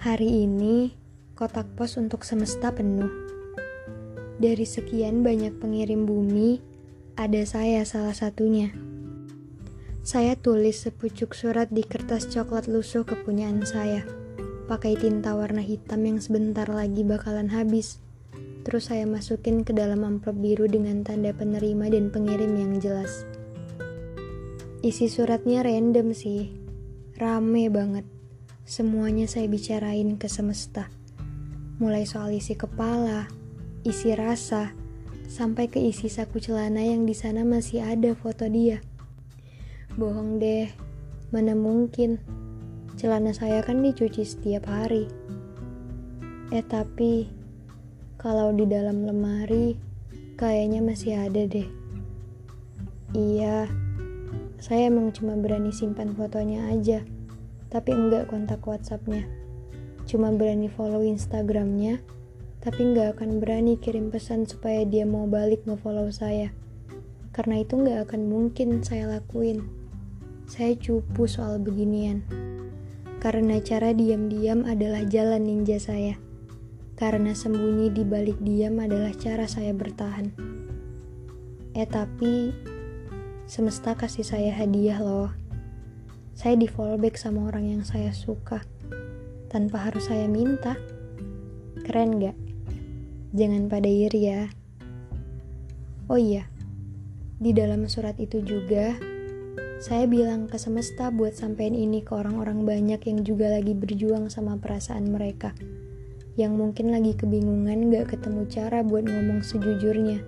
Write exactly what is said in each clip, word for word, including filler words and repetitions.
Hari ini, kotak pos untuk semesta penuh. Dari sekian banyak pengirim bumi, ada saya salah satunya. Saya tulis sepucuk surat di kertas coklat lusuh kepunyaan saya, pakai tinta warna hitam yang sebentar lagi bakalan habis. Terus saya masukin ke dalam amplop biru dengan tanda penerima dan pengirim yang jelas. Isi suratnya random sih, rame banget. Semuanya saya bicarain ke semesta. Mulai soal isi kepala, isi rasa, sampai ke isi saku celana yang di sana masih ada foto dia. Bohong deh, mana mungkin. Celana saya kan dicuci setiap hari. Eh tapi, kalau di dalam lemari, kayaknya masih ada deh. Iya, saya emang cuma berani simpan fotonya aja. Tapi enggak kontak WhatsApp-nya. Cuma berani follow Instagram-nya, tapi enggak akan berani kirim pesan supaya dia mau balik nge-follow saya. Karena itu enggak akan mungkin saya lakuin. Saya cupu soal beginian. Karena cara diam-diam adalah jalan ninja saya. Karena sembunyi di balik diam adalah cara saya bertahan. Eh tapi, semesta kasih saya hadiah loh. Saya di follow back sama orang yang saya suka, tanpa harus saya minta. Keren gak? Jangan pada iri ya. Oh iya, di dalam surat itu juga, saya bilang ke semesta buat sampein ini ke orang-orang banyak yang juga lagi berjuang sama perasaan mereka, yang mungkin lagi kebingungan gak ketemu cara buat ngomong sejujurnya,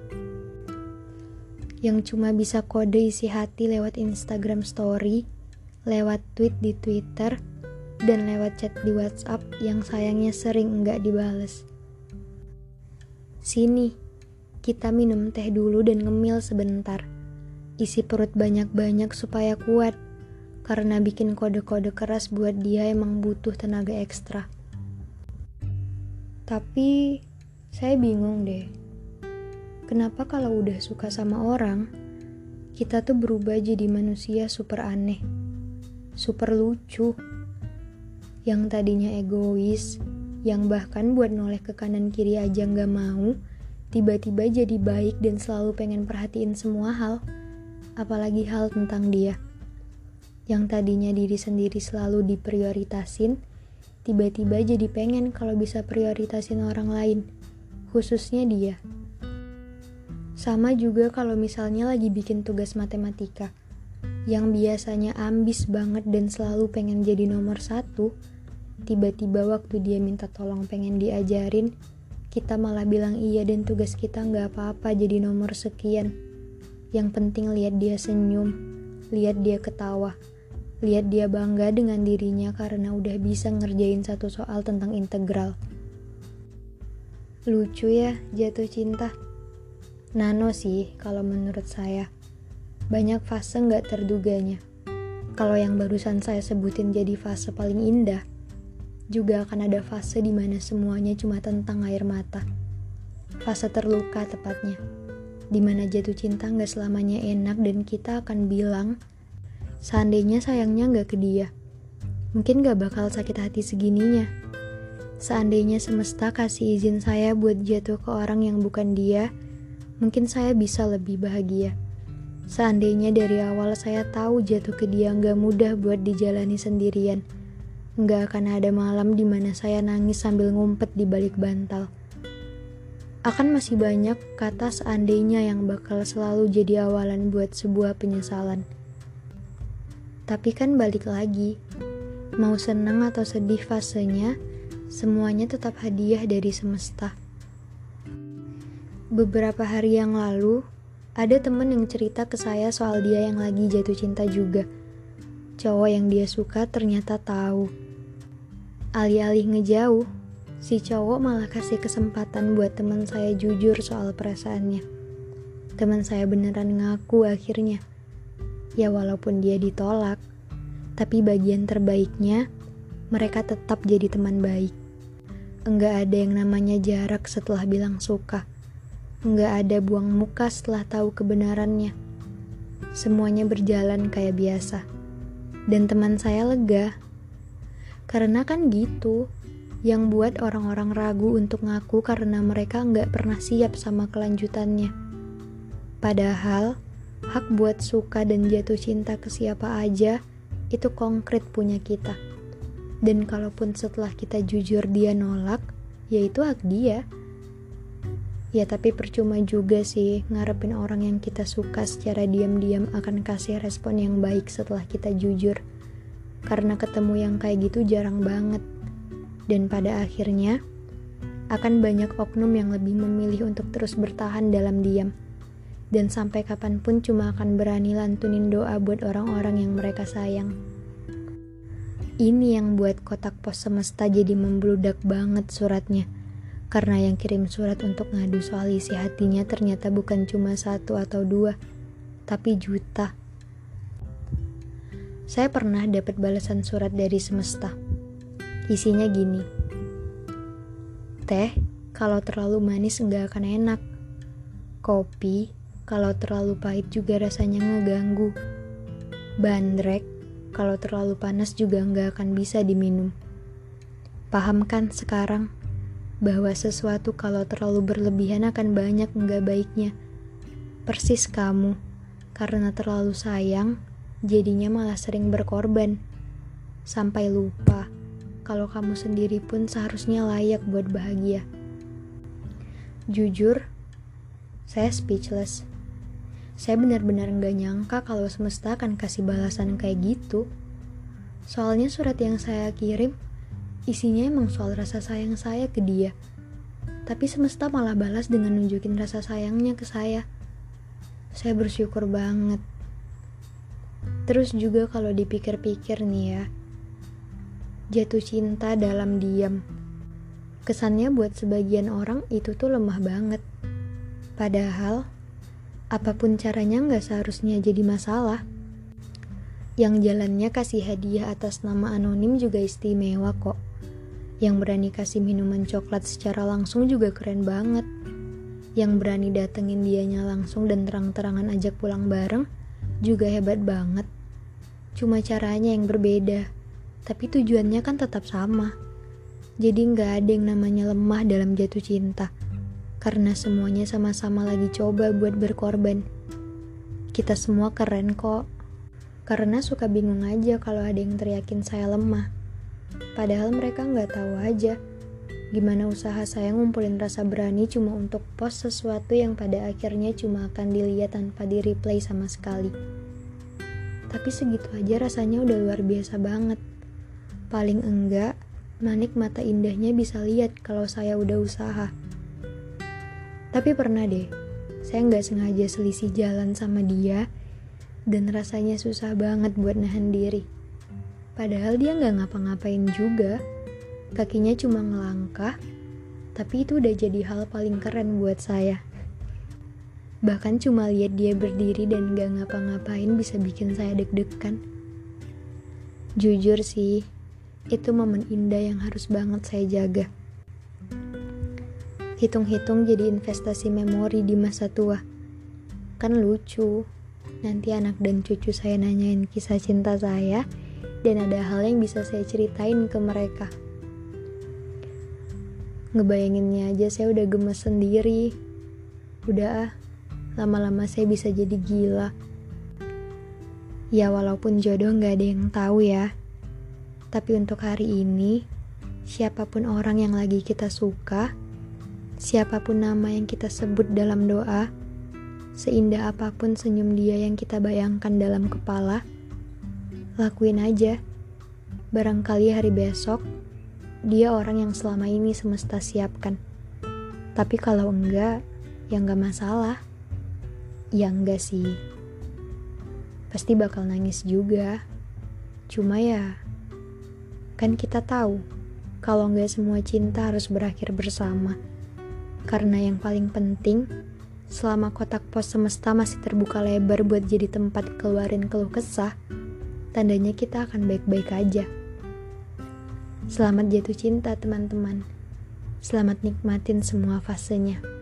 yang cuma bisa kode isi hati lewat Instagram story, lewat tweet di Twitter, dan lewat chat di WhatsApp yang sayangnya sering enggak dibales. Sini, kita minum teh dulu dan ngemil sebentar. Isi perut banyak-banyak supaya kuat, karena bikin kode-kode keras buat dia emang butuh tenaga ekstra. Tapi, saya bingung deh. Kenapa kalau udah suka sama orang, kita tuh berubah jadi manusia super aneh. Super lucu, yang tadinya egois, yang bahkan buat noleh ke kanan kiri aja gak mau, tiba-tiba jadi baik dan selalu pengen perhatiin semua hal, apalagi hal tentang dia. Yang tadinya diri sendiri selalu diprioritasin, tiba-tiba jadi pengen kalau bisa prioritasin orang lain, khususnya dia. Sama juga kalau misalnya lagi bikin tugas matematika, yang biasanya ambis banget dan selalu pengen jadi nomor satu, tiba-tiba waktu dia minta tolong pengen diajarin, kita malah bilang iya dan tugas kita gak apa-apa jadi nomor sekian. Yang penting lihat dia senyum, lihat dia ketawa, lihat dia bangga dengan dirinya karena udah bisa ngerjain satu soal tentang integral. Lucu ya jatuh cinta. Nano sih kalau menurut saya. Banyak fase gak terduganya. Kalau yang barusan saya sebutin jadi fase paling indah, juga akan ada fase di mana semuanya cuma tentang air mata. Fase terluka tepatnya, di mana jatuh cinta gak selamanya enak dan kita akan bilang, seandainya sayangnya gak ke dia, mungkin gak bakal sakit hati segininya. Seandainya semesta kasih izin saya buat jatuh ke orang yang bukan dia, mungkin saya bisa lebih bahagia. Seandainya dari awal saya tahu jatuh ke dia gak mudah buat dijalani sendirian, gak akan ada malam di mana saya nangis sambil ngumpet di balik bantal. Akan masih banyak kata seandainya yang bakal selalu jadi awalan buat sebuah penyesalan. Tapi kan balik lagi, mau senang atau sedih fasenya, semuanya tetap hadiah dari semesta. Beberapa hari yang lalu, ada temen yang cerita ke saya soal dia yang lagi jatuh cinta juga. Cowok yang dia suka ternyata tahu. Alih-alih ngejauh, si cowok malah kasih kesempatan buat teman saya jujur soal perasaannya. Teman saya beneran ngaku akhirnya. Ya walaupun dia ditolak, tapi bagian terbaiknya, mereka tetap jadi teman baik. Enggak ada yang namanya jarak setelah bilang suka. Enggak ada buang muka setelah tahu kebenarannya. Semuanya berjalan kayak biasa. Dan teman saya lega. Karena kan gitu, yang buat orang-orang ragu untuk ngaku karena mereka nggak pernah siap sama kelanjutannya. Padahal, hak buat suka dan jatuh cinta ke siapa aja itu konkret punya kita. Dan kalaupun setelah kita jujur dia nolak, ya itu hak dia. Ya tapi percuma juga sih ngarepin orang yang kita suka secara diam-diam akan kasih respon yang baik setelah kita jujur. Karena ketemu yang kayak gitu jarang banget. Dan pada akhirnya, akan banyak oknum yang lebih memilih untuk terus bertahan dalam diam. Dan sampai kapanpun cuma akan berani lantunin doa buat orang-orang yang mereka sayang. Ini yang buat kotak pos semesta jadi membludak banget suratnya. Karena yang kirim surat untuk ngadu soal isi hatinya ternyata bukan cuma satu atau dua, tapi juta. Saya pernah dapat balasan surat dari semesta. Isinya gini. Teh, kalau terlalu manis nggak akan enak. Kopi, kalau terlalu pahit juga rasanya ngeganggu. Bandrek, kalau terlalu panas juga nggak akan bisa diminum. Paham kan sekarang? Bahwa sesuatu kalau terlalu berlebihan akan banyak nggak baiknya. Persis kamu, karena terlalu sayang, jadinya malah sering berkorban. Sampai lupa, kalau kamu sendiri pun seharusnya layak buat bahagia. Jujur, saya speechless. Saya benar-benar nggak nyangka kalau semesta akan kasih balasan kayak gitu. Soalnya surat yang saya kirim, isinya emang soal rasa sayang saya ke dia. Tapi semesta malah balas dengan nunjukin rasa sayangnya ke saya. Saya bersyukur banget. Terus juga kalau dipikir-pikir nih ya, jatuh cinta dalam diam. Kesannya buat sebagian orang itu tuh lemah banget. Padahal, apapun caranya gak seharusnya jadi masalah. Yang jalannya kasih hadiah atas nama anonim juga istimewa kok. Yang berani kasih minuman coklat secara langsung juga keren banget. Yang berani datengin dianya langsung dan terang-terangan ajak pulang bareng juga hebat banget. Cuma caranya yang berbeda, tapi tujuannya kan tetap sama. Jadi gak ada yang namanya lemah dalam jatuh cinta, karena semuanya sama-sama lagi coba buat berkorban. Kita semua keren kok. Karena suka bingung aja kalau ada yang teriakin saya lemah. Padahal mereka gak tahu aja gimana usaha saya ngumpulin rasa berani cuma untuk post sesuatu yang pada akhirnya cuma akan dilihat tanpa di-replay sama sekali. Tapi segitu aja rasanya udah luar biasa banget. Paling enggak, manik mata indahnya bisa lihat kalau saya udah usaha. Tapi pernah deh, saya gak sengaja selisih jalan sama dia, dan rasanya susah banget buat nahan diri. Padahal dia gak ngapa-ngapain juga, kakinya cuma ngelangkah, tapi itu udah jadi hal paling keren buat saya. Bahkan cuma lihat dia berdiri dan gak ngapa-ngapain bisa bikin saya deg-degan. Jujur sih, itu momen indah yang harus banget saya jaga. Hitung-hitung jadi investasi memori di masa tua. Kan lucu, nanti anak dan cucu saya nanyain kisah cinta saya, dan ada hal yang bisa saya ceritain ke mereka. Ngebayanginnya aja saya udah gemes sendiri. Udah ah, lama-lama saya bisa jadi gila. Ya walaupun jodoh gak ada yang tahu ya. Tapi untuk hari ini, siapapun orang yang lagi kita suka, siapapun nama yang kita sebut dalam doa, seindah apapun senyum dia yang kita bayangkan dalam kepala, lakuin aja. Barangkali hari besok, dia orang yang selama ini semesta siapkan. Tapi kalau enggak, ya enggak masalah. Ya enggak sih. Pasti bakal nangis juga. Cuma ya, kan kita tahu, kalau enggak semua cinta harus berakhir bersama. Karena yang paling penting, selama kotak pos semesta masih terbuka lebar buat jadi tempat keluarin keluh kesah, tandanya kita akan baik-baik aja. Selamat jatuh cinta teman-teman. Selamat nikmatin semua fasenya.